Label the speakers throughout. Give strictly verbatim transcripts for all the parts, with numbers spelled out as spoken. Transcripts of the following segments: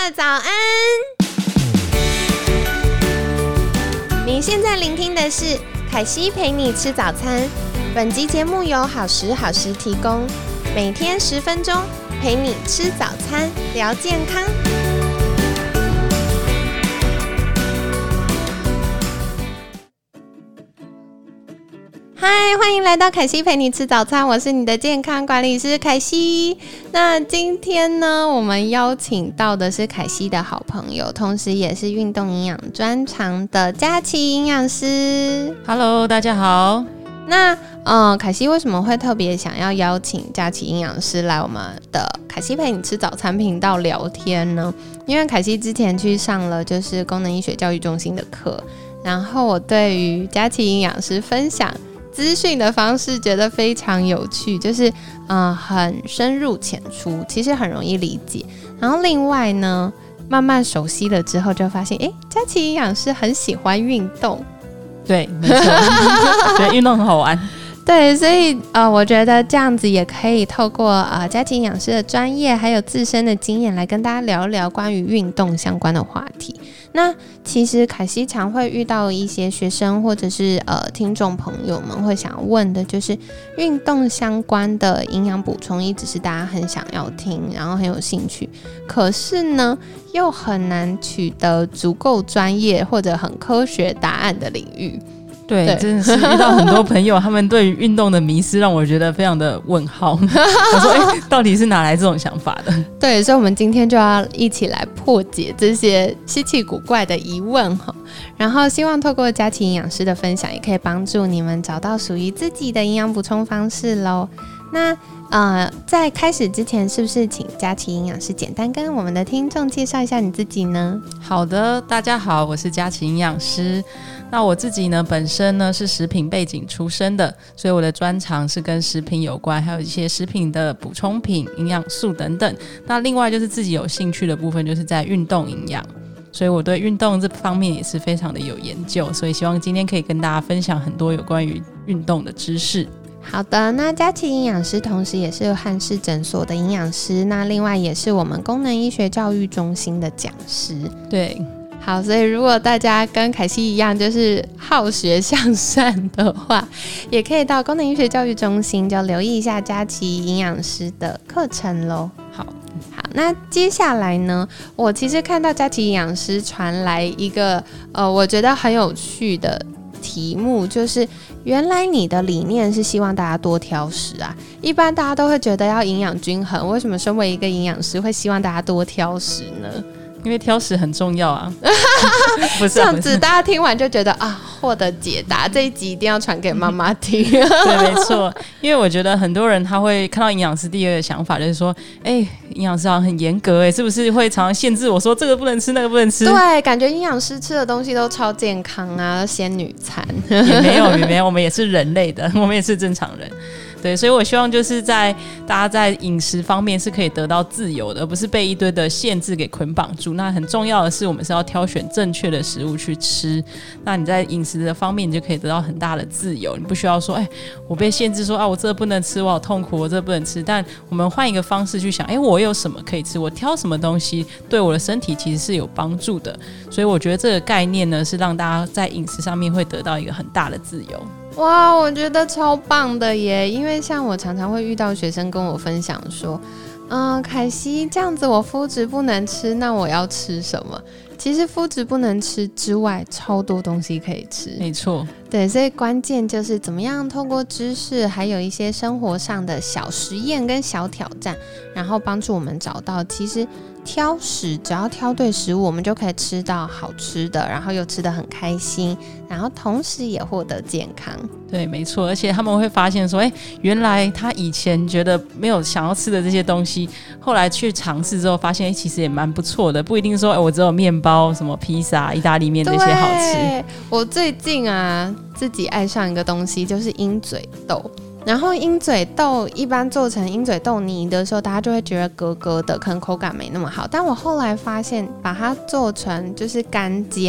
Speaker 1: 早安！你现在聆听的是凯西陪你吃早餐。本集节目由好时好时提供，每天十分钟陪你吃早餐，聊健康。嗨，欢迎来到凯西陪你吃早餐，我是你的健康管理师凯西。那今天呢，我们邀请到的是凯西的好朋友，同时也是运动营养专长的佳琪营养师。
Speaker 2: Hello， 大家好。
Speaker 1: 那呃，凯西为什么会特别想要邀请佳琪营养师来我们的凯西陪你吃早餐频道聊天呢？因为凯西之前去上了就是功能医学教育中心的课，然后我对于佳琪营养师分享资讯的方式觉得非常有趣，就是呃很深入浅出，其实很容易理解。然后另外呢，慢慢熟悉了之后，就发现，哎，佳琪营养师很喜欢运动。
Speaker 2: 对，没错，觉得运动很好玩。
Speaker 1: 对，所以呃，我觉得这样子也可以透过呃佳琪营养师的专业，还有自身的经验，来跟大家聊聊关于运动相关的话题。那其实凯西常会遇到一些学生或者是呃听众朋友们会想问的，就是运动相关的营养补充，一直是大家很想要听，然后很有兴趣，可是呢又很难取得足够专业或者很科学答案的领域。
Speaker 2: 对，对真的是遇到很多朋友，他们对于运动的迷思让我觉得非常的问号。我说，哎、欸，到底是哪来这种想法的？
Speaker 1: 对，所以我们今天就要一起来破解这些稀奇古怪的疑问哈。然后希望透过佳琪营养师的分享，也可以帮助你们找到属于自己的营养补充方式咯。那呃，在开始之前，是不是请佳琪营养师简单跟我们的听众介绍一下你自己呢？
Speaker 2: 好的，大家好，我是佳琪营养师。那我自己呢，本身呢是食品背景出身的，所以我的专长是跟食品有关，还有一些食品的补充品、营养素等等。那另外就是自己有兴趣的部分，就是在运动营养，所以我对运动这方面也是非常的有研究，所以希望今天可以跟大家分享很多有关于运动的知识。
Speaker 1: 好的，那佳琪营养师同时也是汉氏诊所的营养师，那另外也是我们功能医学教育中心的讲师。
Speaker 2: 对，
Speaker 1: 好，所以如果大家跟凯西一样就是好学向善的话，也可以到功能医学教育中心就留意一下佳琪营养师的课程咯。
Speaker 2: 好
Speaker 1: 好，那接下来呢，我其实看到佳琪营养师传来一个呃，我觉得很有趣的题目，就是原来你的理念是希望大家多挑食啊。一般大家都会觉得要营养均衡，为什么身为一个营养师会希望大家多挑食呢？
Speaker 2: 因为挑食很重要啊。不是、啊、
Speaker 1: 这样子大家听完就觉得啊，获得解答，这一集一定要传给妈妈听。
Speaker 2: 对，没错，因为我觉得很多人他会看到营养师第二个想法就是说，哎、欸，营养师好像很严格，哎，是不是会常常限制我说这个不能吃那个不能吃？
Speaker 1: 对，感觉营养师吃的东西都超健康啊，仙女餐。
Speaker 2: 也没有也没有，我们也是人类的，我们也是正常人。对，所以我希望就是在大家在饮食方面是可以得到自由的，而不是被一堆的限制给捆绑住。那很重要的是，我们是要挑选正确的食物去吃。那你在饮食的方面，你就可以得到很大的自由。你不需要说，哎，我被限制说啊，我这个不能吃，我好痛苦，我这个不能吃。但我们换一个方式去想，哎，我有什么可以吃？我挑什么东西对我的身体其实是有帮助的。所以我觉得这个概念呢，是让大家在饮食上面会得到一个很大的自由。
Speaker 1: 哇，我觉得超棒的耶！因为像我常常会遇到学生跟我分享说，嗯、呃，凯西这样子我麸质不能吃，那我要吃什么？其实麸质不能吃之外，超多东西可以吃。
Speaker 2: 没错，
Speaker 1: 对，所以关键就是怎么样透过知识，还有一些生活上的小实验跟小挑战，然后帮助我们找到其实挑食，只要挑对食物，我们就可以吃到好吃的，然后又吃得很开心，然后同时也获得健康。
Speaker 2: 对，没错，而且他们会发现说，哎，原来他以前觉得没有想要吃的这些东西，后来去尝试之后，发现哎，其实也蛮不错的，不一定说，哎，我只有面包、什么披萨、意大利面这些好吃。
Speaker 1: 我最近啊，自己爱上一个东西，就是鹰嘴豆。然后鹰嘴豆一般做成鹰嘴豆泥的时候，大家就会觉得格格的，可能口感没那么好。但我后来发现，把它做成就是干煎，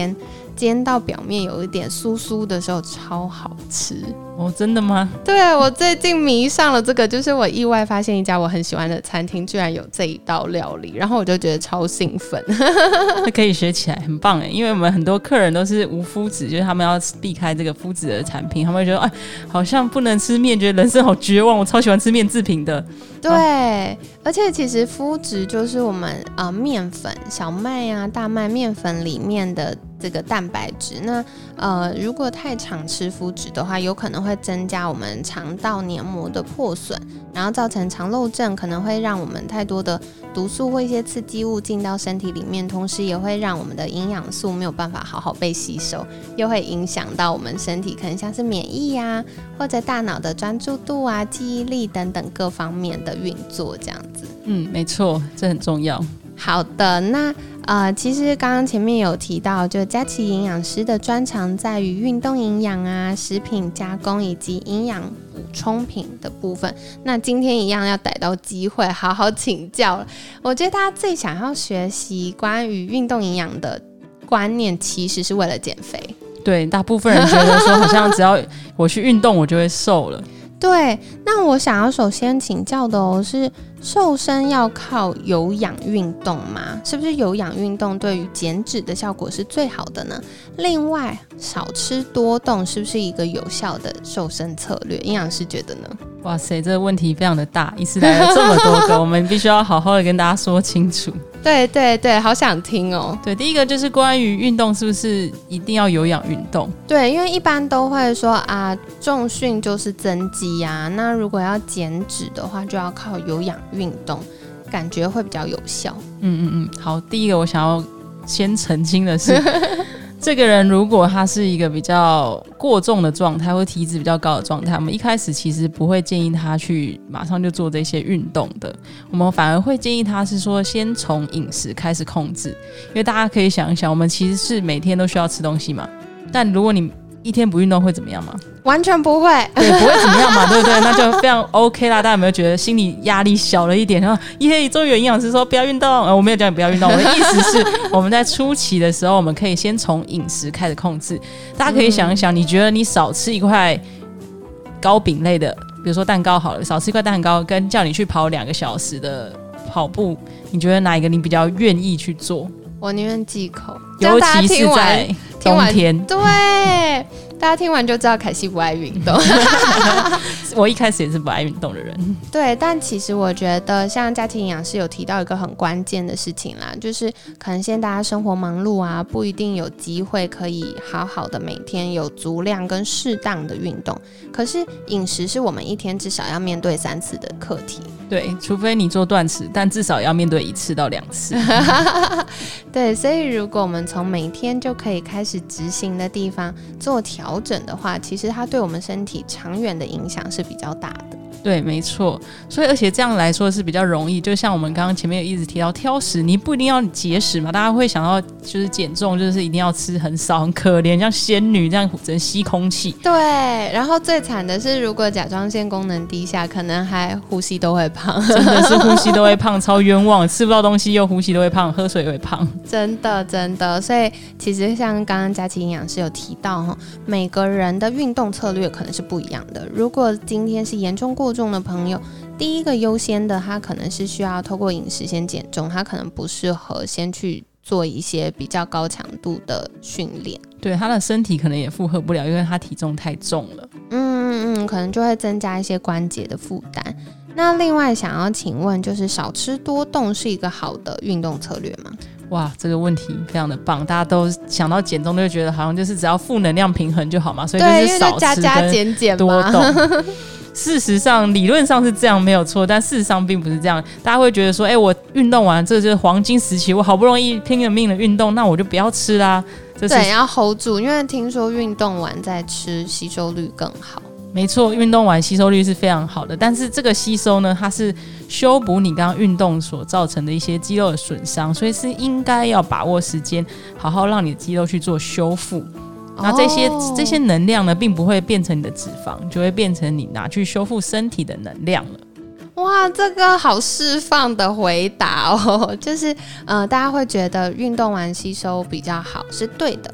Speaker 1: 煎到表面有一点酥酥的时候超好吃。
Speaker 2: 哦，真的吗？
Speaker 1: 对，我最近迷上了这个，就是我意外发现一家我很喜欢的餐厅居然有这一道料理，然后我就觉得超兴奋。
Speaker 2: 可以学起来，很棒耶，因为我们很多客人都是无麸质，就是他们要避开这个麸质的产品，他们会觉得哎，好像不能吃面，觉得人生好绝望，我超喜欢吃面制品的。
Speaker 1: 对、啊、而且其实麸质就是我们、呃、面粉小麦啊大麦面粉里面的这个蛋白质，那呃，如果太常吃麸质的话，有可能会增加我们肠道黏膜的破损，然后造成肠漏症，可能会让我们太多的毒素或一些刺激物进到身体里面，同时也会让我们的营养素没有办法好好被吸收，又会影响到我们身体可能像是免疫啊，或者大脑的专注度啊、记忆力等等各方面的运作这样子。
Speaker 2: 嗯，没错，这很重要。
Speaker 1: 好的，那呃，其实刚刚前面有提到，就佳琪营养师的专长在于运动营养啊、食品加工以及营养补充品的部分。那今天一样要逮到机会好好请教了。我觉得大家最想要学习关于运动营养的观念，其实是为了减肥。
Speaker 2: 对，大部分人觉得说，好像只要我去运动，我就会瘦了。
Speaker 1: 对，那我想要首先请教的哦，是瘦身要靠有氧运动吗？是不是有氧运动对于减脂的效果是最好的呢？另外，少吃多动是不是一个有效的瘦身策略？营养师觉得呢？
Speaker 2: 哇塞，这个问题非常的大，一次来了这么多个，我们必须要好好的跟大家说清楚。
Speaker 1: 对对对，好想听哦。
Speaker 2: 对，第一个就是关于运动是不是一定要有氧运动？
Speaker 1: 对，因为一般都会说啊，重训就是增肌啊，那如果要减脂的话，就要靠有氧运动，感觉会比较有效。
Speaker 2: 嗯嗯嗯，好，第一个我想要先澄清的是，这个人如果他是一个比较过重的状态或体脂比较高的状态，我们一开始其实不会建议他去马上就做这些运动的，我们反而会建议他是说先从饮食开始控制。因为大家可以想一想，我们其实是每天都需要吃东西嘛，但如果你一天不运动会怎么样吗？
Speaker 1: 完全不会。
Speaker 2: 对，不会怎么样嘛，对不对？那就非常 OK 啦。大家有没有觉得心理压力小了一点？然后耶，终于有营养师说不要运动、呃、我没有叫你不要运动，我的意思是我们在初期的时候，我们可以先从饮食开始控制。大家可以想一想、嗯、你觉得你少吃一块糕饼类的，比如说蛋糕好了，少吃一块蛋糕跟叫你去跑两个小时的跑步，你觉得哪一个你比较愿意去做？
Speaker 1: 我宁愿忌口，
Speaker 2: 尤其是在冬天。
Speaker 1: 对，大家听完就知道凯西不爱运动。
Speaker 2: 我一开始也是不爱运动的人。
Speaker 1: 对，但其实我觉得像佳琪营养师有提到一个很关键的事情啦，就是可能现在大家生活忙碌啊，不一定有机会可以好好的每天有足量跟适当的运动，可是饮食是我们一天至少要面对三次的课题。
Speaker 2: 对，除非你做断食，但至少要面对一次到两次。
Speaker 1: 对，所以如果我们从每天就可以开始执行的地方做调整的话，其实它对我们身体长远的影响是比较大的。
Speaker 2: 对，没错。所以而且这样来说是比较容易，就像我们刚刚前面有一直提到挑食，你不一定要节食嘛，大家会想到就是减重就是一定要吃很少，很可怜，像仙女这样只能吸空气。
Speaker 1: 对，然后最惨的是如果甲状腺功能低下，可能还呼吸都会胖。
Speaker 2: 真的是呼吸都会胖，超冤枉，吃不到东西又呼吸都会胖，喝水也会胖。
Speaker 1: 真的真的。所以其实像刚刚佳琪营养师有提到，每个人的运动策略可能是不一样的。如果今天是严重过重的朋友，第一个优先的他可能是需要透过饮食先减重，他可能不适合先去做一些比较高强度的训练。
Speaker 2: 对，他的身体可能也负荷不了，因为他体重太重了。
Speaker 1: 嗯嗯，可能就会增加一些关节的负担。那另外想要请问，就是少吃多动是一个好的运动策略吗？
Speaker 2: 哇，这个问题非常的棒，大家都想到减重都会觉得好像就是只要负能量平衡就好嘛，所以就是少吃跟多动。事实上理论上是这样没有错，但事实上并不是这样。大家会觉得说，哎、欸，我运动完这就是黄金时期，我好不容易拼了命的运动，那我就不要吃啦。这是
Speaker 1: 对，要 hold 住，因为听说运动完再吃吸收率更好。
Speaker 2: 没错，运动完吸收率是非常好的，但是这个吸收呢，它是修补你刚刚运动所造成的一些肌肉的损伤，所以是应该要把握时间，好好让你的肌肉去做修复。那这些、oh. 这些能量呢，并不会变成你的脂肪，就会变成你拿去修复身体的能量了。
Speaker 1: 哇，这个好释放的回答哦，就是呃，大家会觉得运动完吸收比较好，是对的。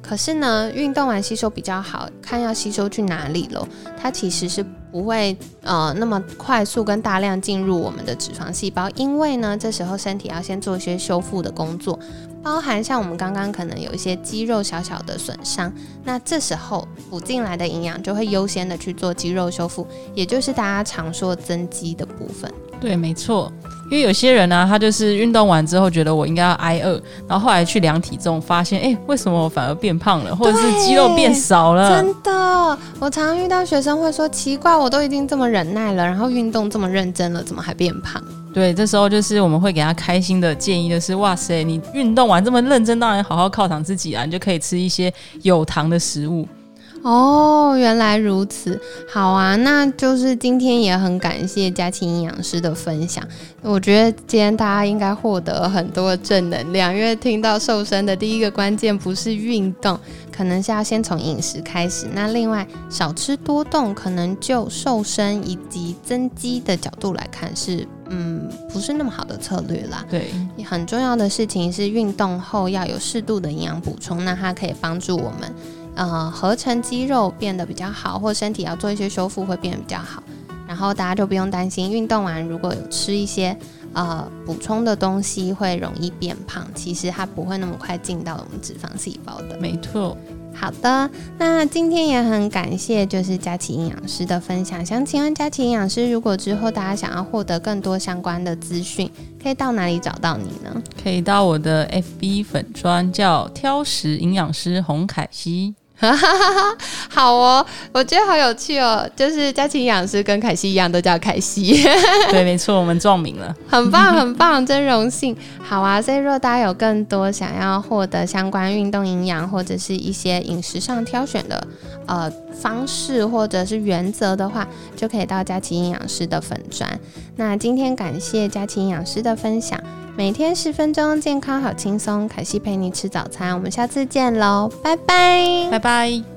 Speaker 1: 可是呢，运动完吸收比较好，看要吸收去哪里咯。它其实是不会呃那么快速跟大量进入我们的脂肪细胞，因为呢，这时候身体要先做一些修复的工作，包含像我们刚刚可能有一些肌肉小小的损伤，那这时候补进来的营养就会优先的去做肌肉修复，也就是大家常说增肌的部分。
Speaker 2: 对，没错。因为有些人呢、啊，他就是运动完之后觉得我应该要挨饿，然后后来去量体重，发现哎，为什么我反而变胖了，或者是肌肉变少了？
Speaker 1: 真的，我常常遇到学生会说，奇怪，我都已经这么忍耐了，然后运动这么认真了，怎么还变胖？
Speaker 2: 对，这时候就是我们会给他开心的建议，就是哇塞，你运动完这么认真，当然好好犒赏自己啊，你就可以吃一些有糖的食物。
Speaker 1: 哦，原来如此。好啊，那就是今天也很感谢佳琪营养师的分享。我觉得今天大家应该获得很多的正能量，因为听到瘦身的第一个关键不是运动，可能是要先从饮食开始。那另外少吃多动，可能就瘦身以及增肌的角度来看是嗯不是那么好的策略啦。
Speaker 2: 对，
Speaker 1: 很重要的事情是运动后要有适度的营养补充，那它可以帮助我们呃，合成肌肉变得比较好，或身体要做一些修复会变得比较好。然后大家就不用担心运动完如果有吃一些呃补充的东西会容易变胖，其实它不会那么快进到我们脂肪细胞的。
Speaker 2: 没错。
Speaker 1: 好的，那今天也很感谢就是佳琪营养师的分享。想请问佳琪营养师，如果之后大家想要获得更多相关的资讯，可以到哪里找到你呢？
Speaker 2: 可以到我的 F B 粉专叫挑食营养师洪凯西。
Speaker 1: 好哦，我觉得好有趣哦，就是佳琪营养师跟凯西一样都叫凯西。
Speaker 2: 对，没错，我们撞名了。
Speaker 1: 很棒很棒，真荣幸。好啊，所以如果大家有更多想要获得相关运动营养或者是一些饮食上挑选的呃方式或者是原则的话，就可以到佳琪营养师的粉专。那今天感谢佳琪营养师的分享，每天十分钟，健康好轻松，凯西陪你吃早餐，我们下次见喽，拜拜，
Speaker 2: 拜拜。